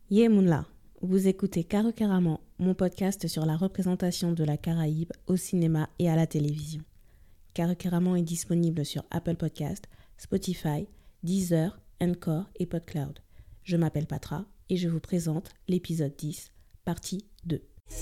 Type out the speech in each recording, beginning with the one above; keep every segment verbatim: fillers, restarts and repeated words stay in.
Yemunla, vous écoutez Caro Caraman, mon podcast sur la représentation de la Caraïbe au cinéma et à la télévision. Caro Caraman est disponible sur Apple Podcast, Spotify, Deezer, Encore et PodCloud. Je m'appelle Patra et je vous présente l'épisode dix, partie deux.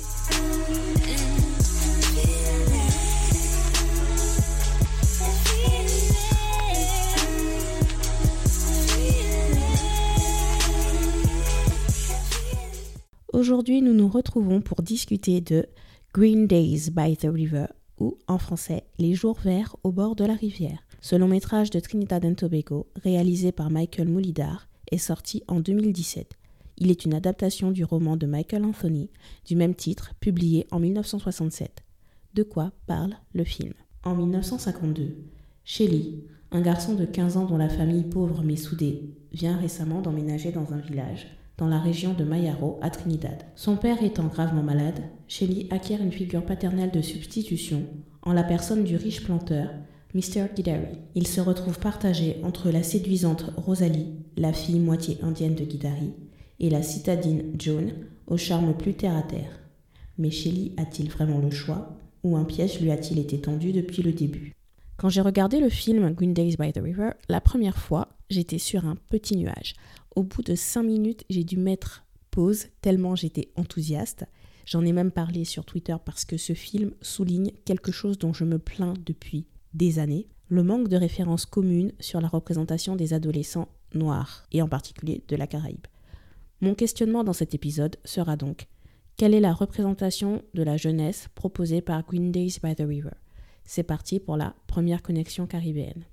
Aujourd'hui, nous nous retrouvons pour discuter de Green Days by the River, ou en français, Les jours verts au bord de la rivière. Ce long métrage de Trinidad and Tobago, réalisé par Michael Mulidar, est sorti en deux mille dix-sept. Il est une adaptation du roman de Michael Anthony, du même titre, publié en dix-neuf cent soixante-sept. De quoi parle le film ? En dix-neuf cent cinquante-deux, Shelly, un garçon de quinze ans dont la famille pauvre mais soudée, vient récemment d'emménager dans un village dans la région de Mayaro, à Trinidad. Son père étant gravement malade, Shelly acquiert une figure paternelle de substitution en la personne du riche planteur, mister Guidari. Il se retrouve partagé entre la séduisante Rosalie, la fille moitié indienne de Guidari, et la citadine Joan, au charme plus terre-à-terre. Mais Shelly a-t-il vraiment le choix, ou un piège lui a-t-il été tendu depuis le début ? Quand j'ai regardé le film Green Days by the River, la première fois, j'étais sur un petit nuage. Au bout de cinq minutes, j'ai dû mettre pause tellement j'étais enthousiaste. J'en ai même parlé sur Twitter parce que ce film souligne quelque chose dont je me plains depuis des années, le manque de références communes sur la représentation des adolescents noirs, et en particulier de la Caraïbe. Mon questionnement dans cet épisode sera donc, quelle est la représentation de la jeunesse proposée par Green Days by the River ? C'est parti pour la première connexion caribéenne.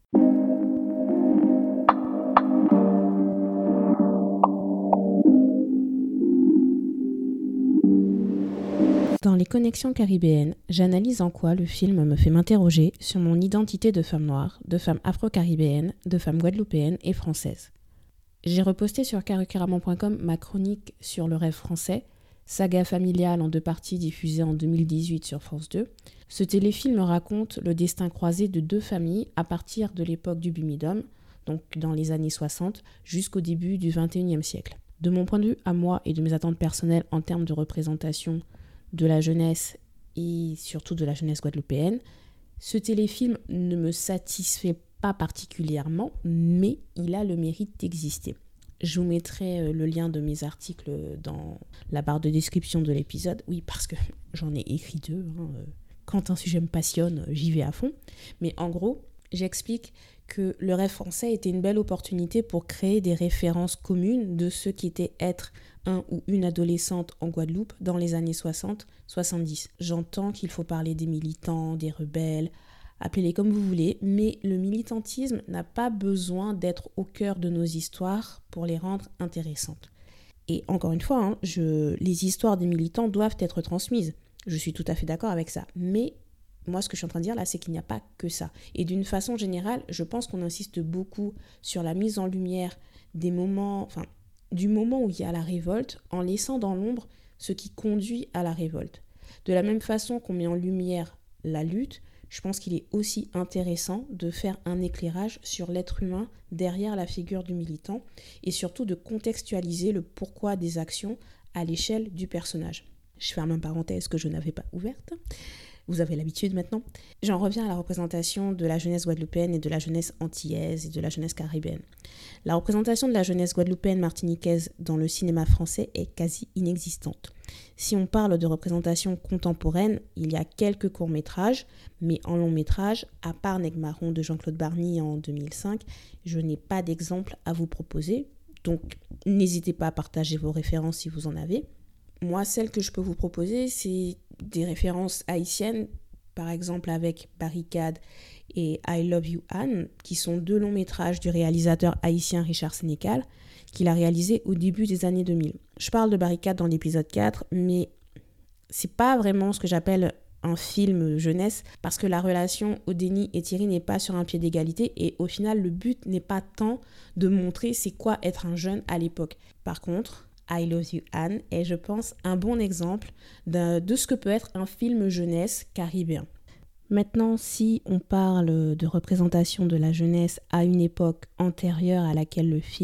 Dans les connexions caribéennes, j'analyse en quoi le film me fait m'interroger sur mon identité de femme noire, de femme afro-caribéenne, de femme guadeloupéenne et française. J'ai reposté sur caro caraman point com ma chronique sur le rêve français, saga familiale en deux parties diffusée en deux mille dix-huit sur France deux. Ce téléfilm raconte le destin croisé de deux familles à partir de l'époque du Bumidum, donc dans les années soixante, jusqu'au début du vingt et unième siècle. De mon point de vue à moi et de mes attentes personnelles en termes de représentation de la jeunesse et surtout de la jeunesse guadeloupéenne, ce téléfilm ne me satisfait pas particulièrement, mais il a le mérite d'exister. Je vous mettrai le lien de mes articles dans la barre de description de l'épisode. Oui, parce que j'en ai écrit deux. Hein. Quand un sujet me passionne, j'y vais à fond. Mais en gros, j'explique que le rêve français était une belle opportunité pour créer des références communes de ce qu'était être un ou une adolescente en Guadeloupe dans les années soixante soixante-dix. J'entends qu'il faut parler des militants, des rebelles, appelez-les comme vous voulez, mais le militantisme n'a pas besoin d'être au cœur de nos histoires pour les rendre intéressantes. Et encore une fois, hein, je, les histoires des militants doivent être transmises. Je suis tout à fait d'accord avec ça. Mais moi, ce que je suis en train de dire là, c'est qu'il n'y a pas que ça. Et d'une façon générale, je pense qu'on insiste beaucoup sur la mise en lumière des moments, enfin, du moment où il y a la révolte, en laissant dans l'ombre ce qui conduit à la révolte. De la même façon qu'on met en lumière la lutte, je pense qu'il est aussi intéressant de faire un éclairage sur l'être humain derrière la figure du militant et surtout de contextualiser le pourquoi des actions à l'échelle du personnage. Je ferme une parenthèse que je n'avais pas ouverte. Vous avez l'habitude maintenant. J'en reviens à la représentation de la jeunesse guadeloupéenne et de la jeunesse antillaise et de la jeunesse caribéenne. La représentation de la jeunesse guadeloupéenne martiniquaise dans le cinéma français est quasi inexistante. Si on parle de représentation contemporaine, il y a quelques courts-métrages, mais en long-métrage, à part Nègre Marron de Jean-Claude Barny en deux mille cinq, je n'ai pas d'exemple à vous proposer. Donc, n'hésitez pas à partager vos références si vous en avez. Moi, celle que je peux vous proposer, c'est des références haïtiennes, par exemple avec Barricade et I Love You Anne, qui sont deux longs métrages du réalisateur haïtien Richard Sénécal, qu'il a réalisé au début des années deux mille. Je parle de Barricade dans l'épisode quatre, mais c'est pas vraiment ce que j'appelle un film jeunesse, parce que la relation Odeni et Thierry n'est pas sur un pied d'égalité, et au final, le but n'est pas tant de montrer c'est quoi être un jeune à l'époque. Par contre, I Love You Anne est, je pense, un bon exemple de, de ce que peut être un film jeunesse caribéen. Maintenant, si on parle de représentation de la jeunesse à une époque antérieure à laquelle le film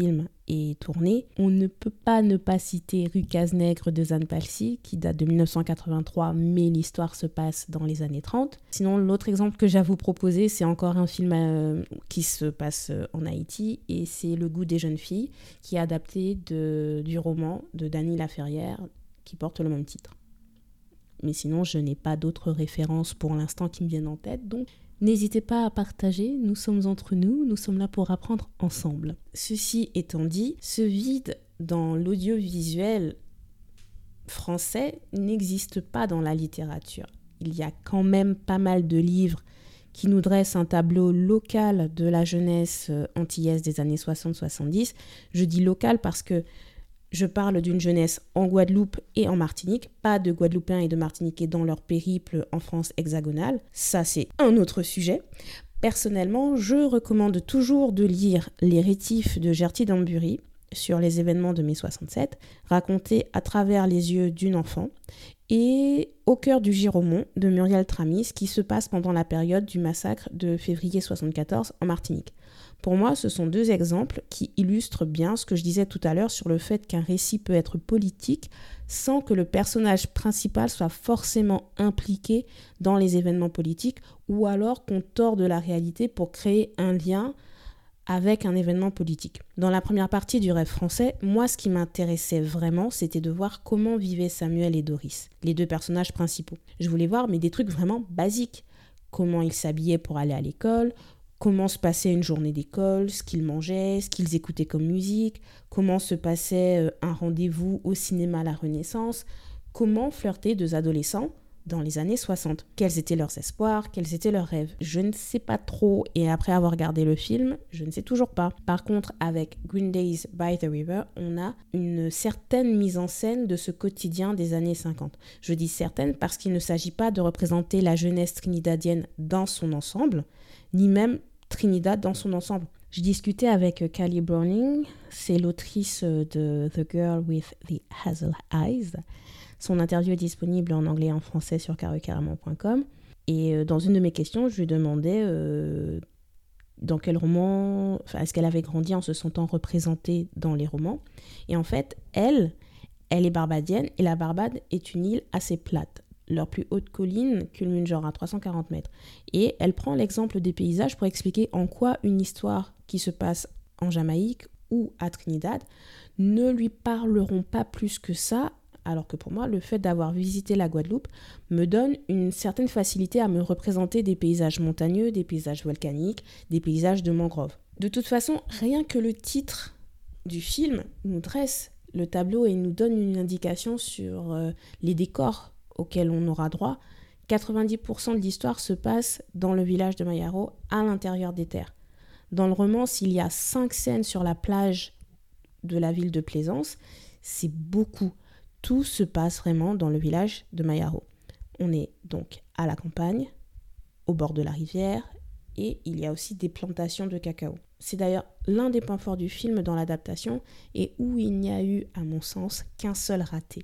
est tourné. On ne peut pas ne pas citer Rue Cazenègre de Zane Palsy, qui date de dix-neuf cent quatre-vingt-trois, mais l'histoire se passe dans les années trente. Sinon, l'autre exemple que j'ai à vous proposer, c'est encore un film euh, qui se passe en Haïti, et c'est Le goût des jeunes filles, qui est adapté de, du roman de Dany Laferrière, qui porte le même titre. Mais sinon, je n'ai pas d'autres références pour l'instant qui me viennent en tête, donc n'hésitez pas à partager, nous sommes entre nous, nous sommes là pour apprendre ensemble. Ceci étant dit, ce vide dans l'audiovisuel français n'existe pas dans la littérature. Il y a quand même pas mal de livres qui nous dressent un tableau local de la jeunesse antillaise des années soixante soixante-dix. Je dis local parce que je parle d'une jeunesse en Guadeloupe et en Martinique, pas de Guadeloupéens et de Martiniquais dans leur périple en France hexagonale. Ça, c'est un autre sujet. Personnellement, je recommande toujours de lire Les Rétifs de Gerty Dambury sur les événements de mai soixante-sept, racontés à travers les yeux d'une enfant, et Au cœur du Giromont de Muriel Tramis, qui se passe pendant la période du massacre de février soixante-quatorze en Martinique. Pour moi, ce sont deux exemples qui illustrent bien ce que je disais tout à l'heure sur le fait qu'un récit peut être politique sans que le personnage principal soit forcément impliqué dans les événements politiques, ou alors qu'on tord de la réalité pour créer un lien avec un événement politique. Dans la première partie du Rêve français, moi, ce qui m'intéressait vraiment, c'était de voir comment vivaient Samuel et Doris, les deux personnages principaux. Je voulais voir, mais des trucs vraiment basiques. Comment ils s'habillaient pour aller à l'école, comment se passait une journée d'école, ce qu'ils mangeaient, ce qu'ils écoutaient comme musique, comment se passait un rendez-vous au cinéma à la Renaissance, comment flirtaient deux adolescents dans les années soixante. Quels étaient leurs espoirs, quels étaient leurs rêves. Je ne sais pas trop, et après avoir regardé le film, je ne sais toujours pas. Par contre, avec Green Days by the River, on a une certaine mise en scène de ce quotidien des années cinquante. Je dis certaine parce qu'il ne s'agit pas de représenter la jeunesse trinidadienne dans son ensemble, ni même Trinidad dans son ensemble. Je discutais avec Callie Browning, c'est l'autrice de The Girl with the Hazel Eyes. Son interview est disponible en anglais et en français sur carré carrément point com. Et dans une de mes questions, je lui demandais euh, dans quel roman, enfin, est-ce qu'elle avait grandi en se sentant représentée dans les romans. Et en fait, elle, elle est barbadienne, et la Barbade est une île assez plate. Leur plus haute colline culmine genre à trois cent quarante mètres. Et elle prend l'exemple des paysages pour expliquer en quoi une histoire qui se passe en Jamaïque ou à Trinidad ne lui parleront pas plus que ça, alors que pour moi, le fait d'avoir visité la Guadeloupe me donne une certaine facilité à me représenter des paysages montagneux, des paysages volcaniques, des paysages de mangroves. De toute façon, rien que le titre du film nous dresse le tableau et nous donne une indication sur euh, les décors auxquels on aura droit. quatre-vingt-dix pour cent de l'histoire se passe dans le village de Mayaro, à l'intérieur des terres. Dans le roman, s'il y a cinq scènes sur la plage de la ville de Plaisance, c'est beaucoup. Tout se passe vraiment dans le village de Mayaro. On est donc à la campagne, au bord de la rivière, et il y a aussi des plantations de cacao. C'est d'ailleurs l'un des points forts du film dans l'adaptation, et où il n'y a eu, à mon sens, qu'un seul raté.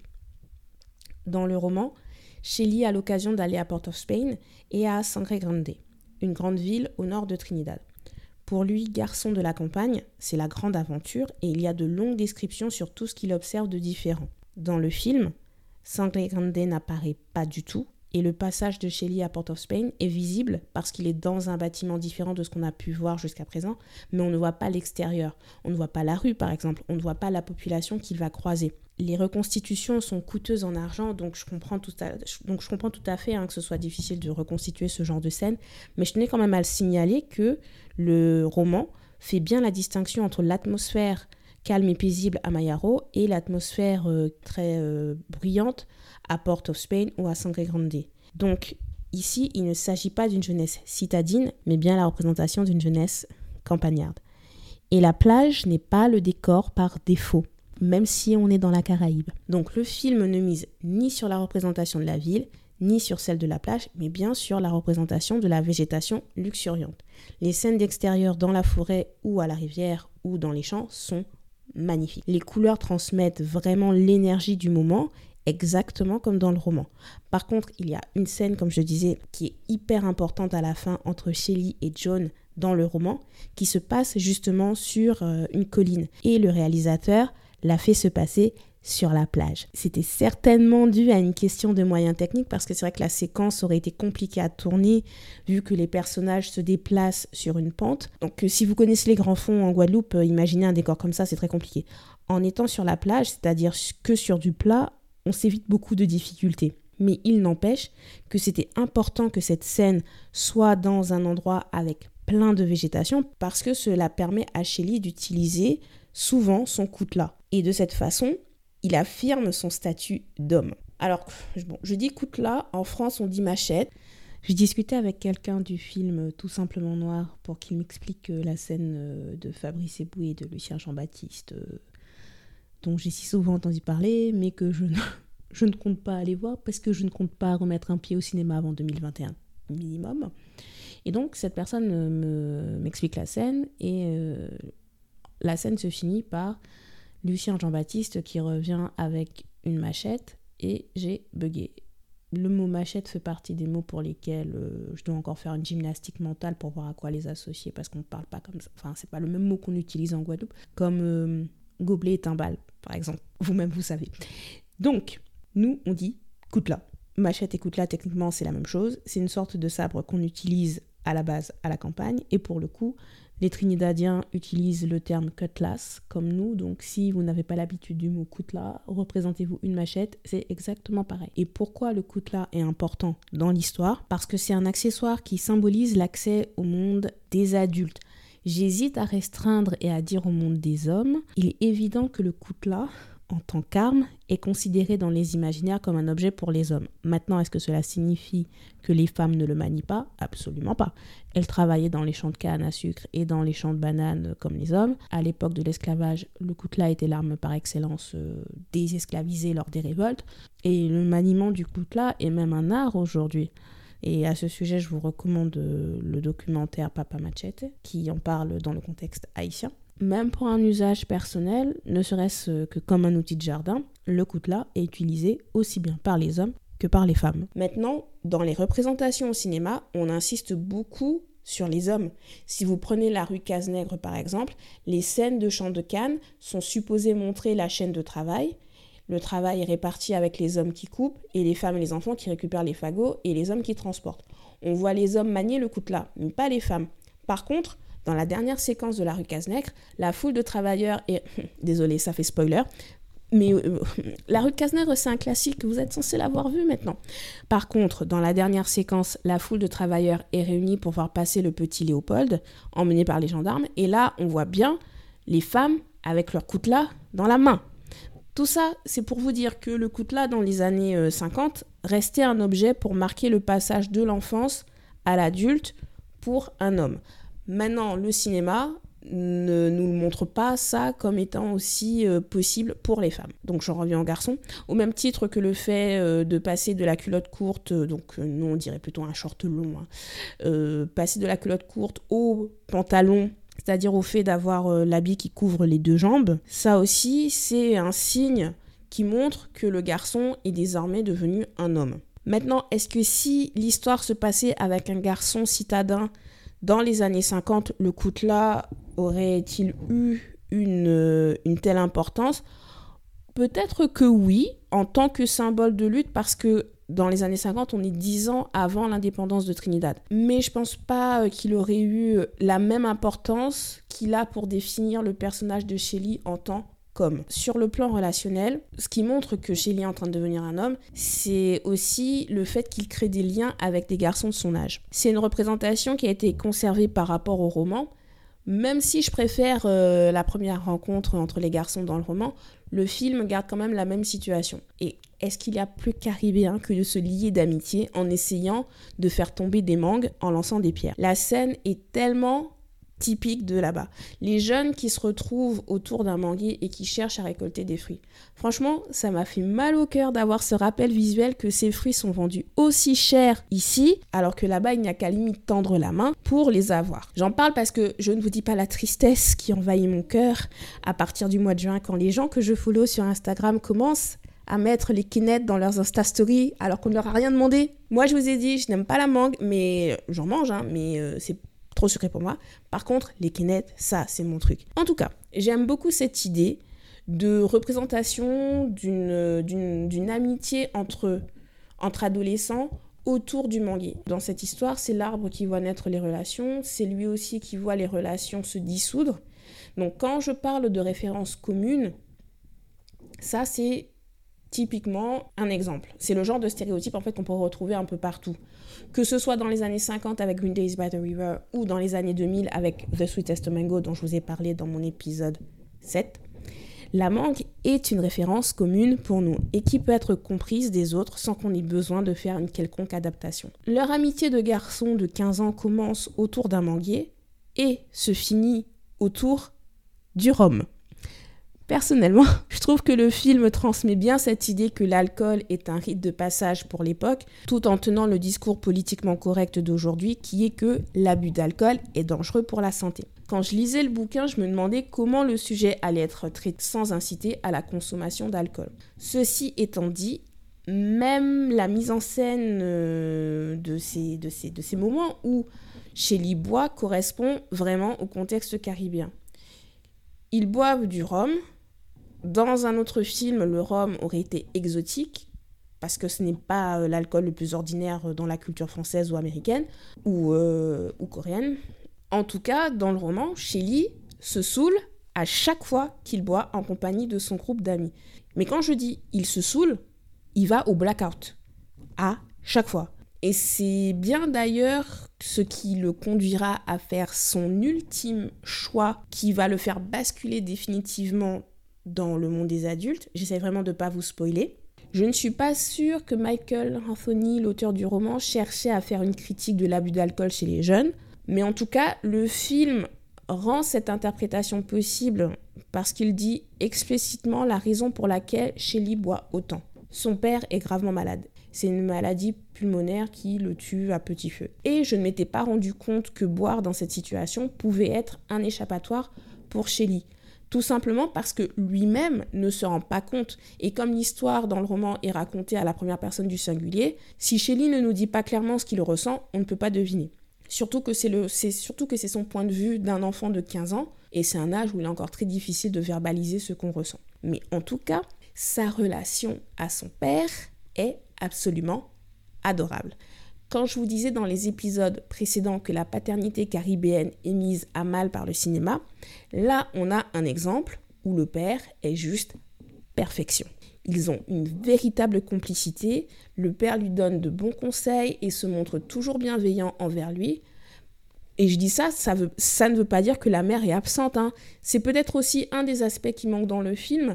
Dans le roman, Shelley a l'occasion d'aller à Port of Spain et à Sangre Grande, une grande ville au nord de Trinidad. Pour lui, garçon de la campagne, c'est la grande aventure, et il y a de longues descriptions sur tout ce qu'il observe de différent. Dans le film, Sangre Grande n'apparaît pas du tout, et le passage de Shelley à Port of Spain est visible parce qu'il est dans un bâtiment différent de ce qu'on a pu voir jusqu'à présent, mais on ne voit pas l'extérieur. On ne voit pas la rue, par exemple, on ne voit pas la population qu'il va croiser. Les reconstitutions sont coûteuses en argent, donc je comprends tout à, donc je comprends tout à fait hein, que ce soit difficile de reconstituer ce genre de scène, mais je tenais quand même à le signaler que le roman fait bien la distinction entre l'atmosphère calme et paisible à Mayaro et l'atmosphère euh, très euh, bruyante à Port of Spain ou à Sangre Grande. Donc ici, il ne s'agit pas d'une jeunesse citadine, mais bien la représentation d'une jeunesse campagnarde. Et la plage n'est pas le décor par défaut, même si on est dans la Caraïbe. Donc le film ne mise ni sur la représentation de la ville, ni sur celle de la plage, mais bien sur la représentation de la végétation luxuriante. Les scènes d'extérieur dans la forêt ou à la rivière ou dans les champs sont magnifiques. Les couleurs transmettent vraiment l'énergie du moment, exactement comme dans le roman. Par contre, il y a une scène, comme je disais, qui est hyper importante à la fin entre Shelley et John dans le roman qui se passe justement sur euh, une colline. Et le réalisateur l'a fait se passer sur la plage. C'était certainement dû à une question de moyens techniques parce que c'est vrai que la séquence aurait été compliquée à tourner vu que les personnages se déplacent sur une pente. Donc euh, si vous connaissez les grands fonds en Guadeloupe, euh, imaginez un décor comme ça, c'est très compliqué. En étant sur la plage, c'est-à-dire que sur du plat, on s'évite beaucoup de difficultés. Mais il n'empêche que c'était important que cette scène soit dans un endroit avec plein de végétation parce que cela permet à Shelly d'utiliser souvent son coutelas. Et de cette façon, il affirme son statut d'homme. Alors, bon, je dis coutelas, en France on dit machette. J'ai discuté avec quelqu'un du film Tout simplement noir pour qu'il m'explique la scène de Fabrice Eboué et de Lucien Jean-Baptiste, dont j'ai si souvent entendu parler, mais que je ne, je ne compte pas aller voir parce que je ne compte pas remettre un pied au cinéma avant deux mille vingt et un minimum. Et donc, cette personne me, m'explique la scène et euh, la scène se finit par Lucien Jean-Baptiste qui revient avec une machette et j'ai bugué. Le mot machette fait partie des mots pour lesquels euh, je dois encore faire une gymnastique mentale pour voir à quoi les associer parce qu'on ne parle pas comme ça. Enfin, c'est pas le même mot qu'on utilise en Guadeloupe, comme euh, gobelet et timbale, par exemple. Vous-même, vous savez. Donc, nous, on dit coutelas. Machette et coutelas, techniquement, c'est la même chose. C'est une sorte de sabre qu'on utilise à la base à la campagne et pour le coup, les Trinidadiens utilisent le terme cutlass comme nous, donc si vous n'avez pas l'habitude du mot coutelas, représentez-vous une machette, c'est exactement pareil. Et pourquoi le coutelas est important dans l'histoire ? Parce que c'est un accessoire qui symbolise l'accès au monde des adultes. J'hésite à restreindre et à dire au monde des hommes. Il est évident que le coutelas, en tant qu'arme, est considéré dans les imaginaires comme un objet pour les hommes. Maintenant, est-ce que cela signifie que les femmes ne le manient pas ? Absolument pas. Elles travaillaient dans les champs de canne à sucre et dans les champs de bananes comme les hommes. À l'époque de l'esclavage, le coutelas était l'arme par excellence euh, des esclavisés lors des révoltes. Et le maniement du coutelas est même un art aujourd'hui. Et à ce sujet, je vous recommande euh, le documentaire Papa Machete, qui en parle dans le contexte haïtien. Même pour un usage personnel, ne serait-ce que comme un outil de jardin, le coutelas est utilisé aussi bien par les hommes que par les femmes. Maintenant, dans les représentations au cinéma, on insiste beaucoup sur les hommes. Si vous prenez La Rue Cazenègre par exemple, les scènes de champs de canne sont supposées montrer la chaîne de travail. Le travail est réparti avec les hommes qui coupent et les femmes et les enfants qui récupèrent les fagots et les hommes qui transportent. On voit les hommes manier le coutelas, mais pas les femmes. Par contre, dans la dernière séquence de La Rue Cazenègre, la foule de travailleurs est... Désolé, ça fait spoiler. Mais euh, La Rue Cazenègre, c'est un classique, vous êtes censé l'avoir vu maintenant. Par contre, dans la dernière séquence, la foule de travailleurs est réunie pour voir passer le petit Léopold, emmené par les gendarmes. Et là, on voit bien les femmes avec leur coutelas dans la main. Tout ça, c'est pour vous dire que le coutelas, dans les années cinquante, restait un objet pour marquer le passage de l'enfance à l'adulte pour un homme. Maintenant, le cinéma ne nous montre pas ça comme étant aussi euh, possible pour les femmes. Donc j'en reviens aux garçons. Au même titre que le fait euh, de passer de la culotte courte, euh, donc euh, nous on dirait plutôt un short long, hein, euh, passer de la culotte courte au pantalon, c'est-à-dire au fait d'avoir euh, l'habit qui couvre les deux jambes, ça aussi c'est un signe qui montre que le garçon est désormais devenu un homme. Maintenant, est-ce que si l'histoire se passait avec un garçon citadin dans les années cinquante, le coutelas aurait-il eu une, une telle importance ? Peut-être que oui, en tant que symbole de lutte, parce que dans les années cinquante, on est dix ans avant l'indépendance de Trinidad. Mais je pense pas qu'il aurait eu la même importance qu'il a pour définir le personnage de Shelly en tant qu'homme. Sur le plan relationnel, ce qui montre que Shelly est en train de devenir un homme, c'est aussi le fait qu'il crée des liens avec des garçons de son âge. C'est une représentation qui a été conservée par rapport au roman, même si je préfère euh, la première rencontre entre les garçons dans le roman, le film garde quand même la même situation. Et est-ce qu'il y a plus caribéen que de se lier d'amitié en essayant de faire tomber des mangues en lançant des pierres ? La scène est tellement typique de là-bas. Les jeunes qui se retrouvent autour d'un manguier et qui cherchent à récolter des fruits. Franchement, ça m'a fait mal au cœur d'avoir ce rappel visuel que ces fruits sont vendus aussi cher ici, alors que là-bas, il n'y a qu'à limite tendre la main pour les avoir. J'en parle parce que je ne vous dis pas la tristesse qui envahit mon cœur à partir du mois de juin, quand les gens que je follow sur Instagram commencent à mettre les kinettes dans leurs Insta Stories alors qu'on ne leur a rien demandé. Moi, je vous ai dit, je n'aime pas la mangue, mais j'en mange, hein, mais euh, c'est trop sucré pour moi. Par contre, les quénettes, ça, c'est mon truc. En tout cas, j'aime beaucoup cette idée de représentation d'une, d'une, d'une amitié entre, entre adolescents autour du manguier. Dans cette histoire, c'est l'arbre qui voit naître les relations, c'est lui aussi qui voit les relations se dissoudre. Donc quand je parle de références communes, ça c'est typiquement un exemple. C'est le genre de stéréotype en fait qu'on peut retrouver un peu partout. Que ce soit dans les années cinquante avec Green Days by the River ou dans les années deux mille avec The Sweetest Mango dont je vous ai parlé dans mon épisode sept. La mangue est une référence commune pour nous et qui peut être comprise des autres sans qu'on ait besoin de faire une quelconque adaptation. Leur amitié de garçon de quinze ans commence autour d'un manguier et se finit autour du rhum. Personnellement, je trouve que le film transmet bien cette idée que l'alcool est un rite de passage pour l'époque, tout en tenant le discours politiquement correct d'aujourd'hui qui est que l'abus d'alcool est dangereux pour la santé. Quand je lisais le bouquin, je me demandais comment le sujet allait être traité sans inciter à la consommation d'alcool. Ceci étant dit, même la mise en scène de ces, de ces, de ces moments où Shelly boit correspond vraiment au contexte caribéen. Ils boivent du rhum. Dans un autre film, le rhum aurait été exotique, parce que ce n'est pas l'alcool le plus ordinaire dans la culture française ou américaine, ou, euh, ou coréenne. En tout cas, dans le roman, Shelly se saoule à chaque fois qu'il boit en compagnie de son groupe d'amis. Mais quand je dis « il se saoule », il va au blackout, à chaque fois. Et c'est bien d'ailleurs ce qui le conduira à faire son ultime choix, qui va le faire basculer définitivement dans le monde des adultes. J'essaie vraiment de ne pas vous spoiler. Je ne suis pas sûre que Michael Anthony, l'auteur du roman, cherchait à faire une critique de l'abus d'alcool chez les jeunes. Mais en tout cas, le film rend cette interprétation possible parce qu'il dit explicitement la raison pour laquelle Shelly boit autant. Son père est gravement malade. C'est une maladie pulmonaire qui le tue à petit feu. Et je ne m'étais pas rendu compte que boire dans cette situation pouvait être un échappatoire pour Shelly. Tout simplement parce que lui-même ne se rend pas compte. Et comme l'histoire dans le roman est racontée à la première personne du singulier, si Shelly ne nous dit pas clairement ce qu'il ressent, on ne peut pas deviner. Surtout que c'est, le, c'est, surtout que c'est son point de vue d'un enfant de quinze ans, et c'est un âge où il est encore très difficile de verbaliser ce qu'on ressent. Mais en tout cas, sa relation à son père est absolument adorable. Quand je vous disais dans les épisodes précédents que la paternité caribéenne est mise à mal par le cinéma, là on a un exemple où le père est juste perfection. Ils ont une véritable complicité, le père lui donne de bons conseils et se montre toujours bienveillant envers lui. Et je dis ça, ça, veut, ça ne veut pas dire que la mère est absente, hein. C'est peut-être aussi un des aspects qui manque dans le film.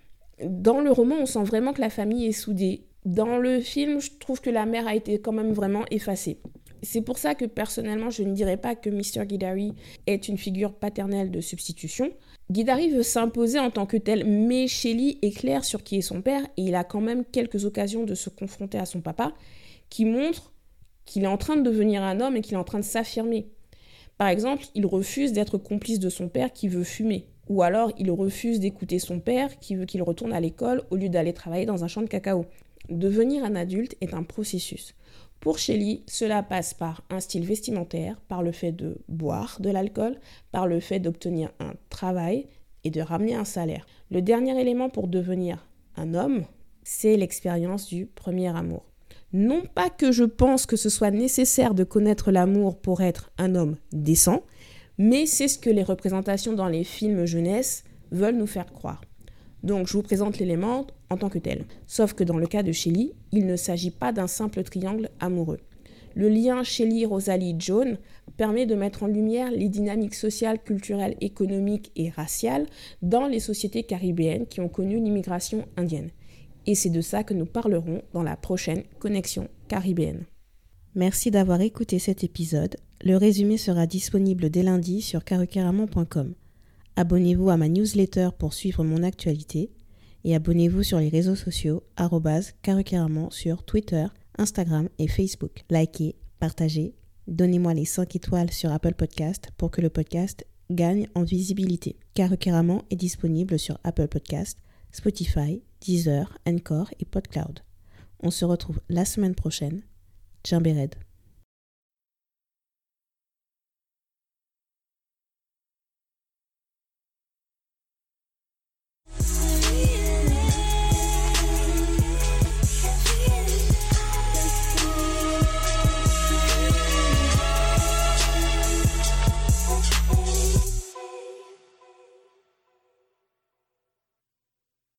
Dans le roman, on sent vraiment que la famille est soudée. Dans le film, je trouve que la mère a été quand même vraiment effacée. C'est pour ça que personnellement, je ne dirais pas que mister Guidari est une figure paternelle de substitution. Guidari veut s'imposer en tant que tel, mais Shelly est clair sur qui est son père et il a quand même quelques occasions de se confronter à son papa qui montrent qu'il est en train de devenir un homme et qu'il est en train de s'affirmer. Par exemple, il refuse d'être complice de son père qui veut fumer. Ou alors, il refuse d'écouter son père qui veut qu'il retourne à l'école au lieu d'aller travailler dans un champ de cacao. Devenir un adulte est un processus. Pour Shelly, cela passe par un style vestimentaire, par le fait de boire de l'alcool, par le fait d'obtenir un travail et de ramener un salaire. Le dernier élément pour devenir un homme, c'est l'expérience du premier amour. Non pas que je pense que ce soit nécessaire de connaître l'amour pour être un homme décent, mais c'est ce que les représentations dans les films jeunesse veulent nous faire croire. Donc je vous présente l'élément en tant que tel. Sauf que dans le cas de Shelly, il ne s'agit pas d'un simple triangle amoureux. Le lien Shelly-Rosalie-John permet de mettre en lumière les dynamiques sociales, culturelles, économiques et raciales dans les sociétés caribéennes qui ont connu l'immigration indienne. Et c'est de ça que nous parlerons dans la prochaine Connexion caribéenne. Merci d'avoir écouté cet épisode. Le résumé sera disponible dès lundi sur karukeramon point com. Abonnez-vous à ma newsletter pour suivre mon actualité et abonnez-vous sur les réseaux sociaux arobase karukeramon sur Twitter, Instagram et Facebook. Likez, partagez, donnez-moi les cinq étoiles sur Apple Podcast pour que le podcast gagne en visibilité. Karukeramon est disponible sur Apple Podcast, Spotify, Deezer, Anchor et PodCloud. On se retrouve la semaine prochaine. Tchimbered.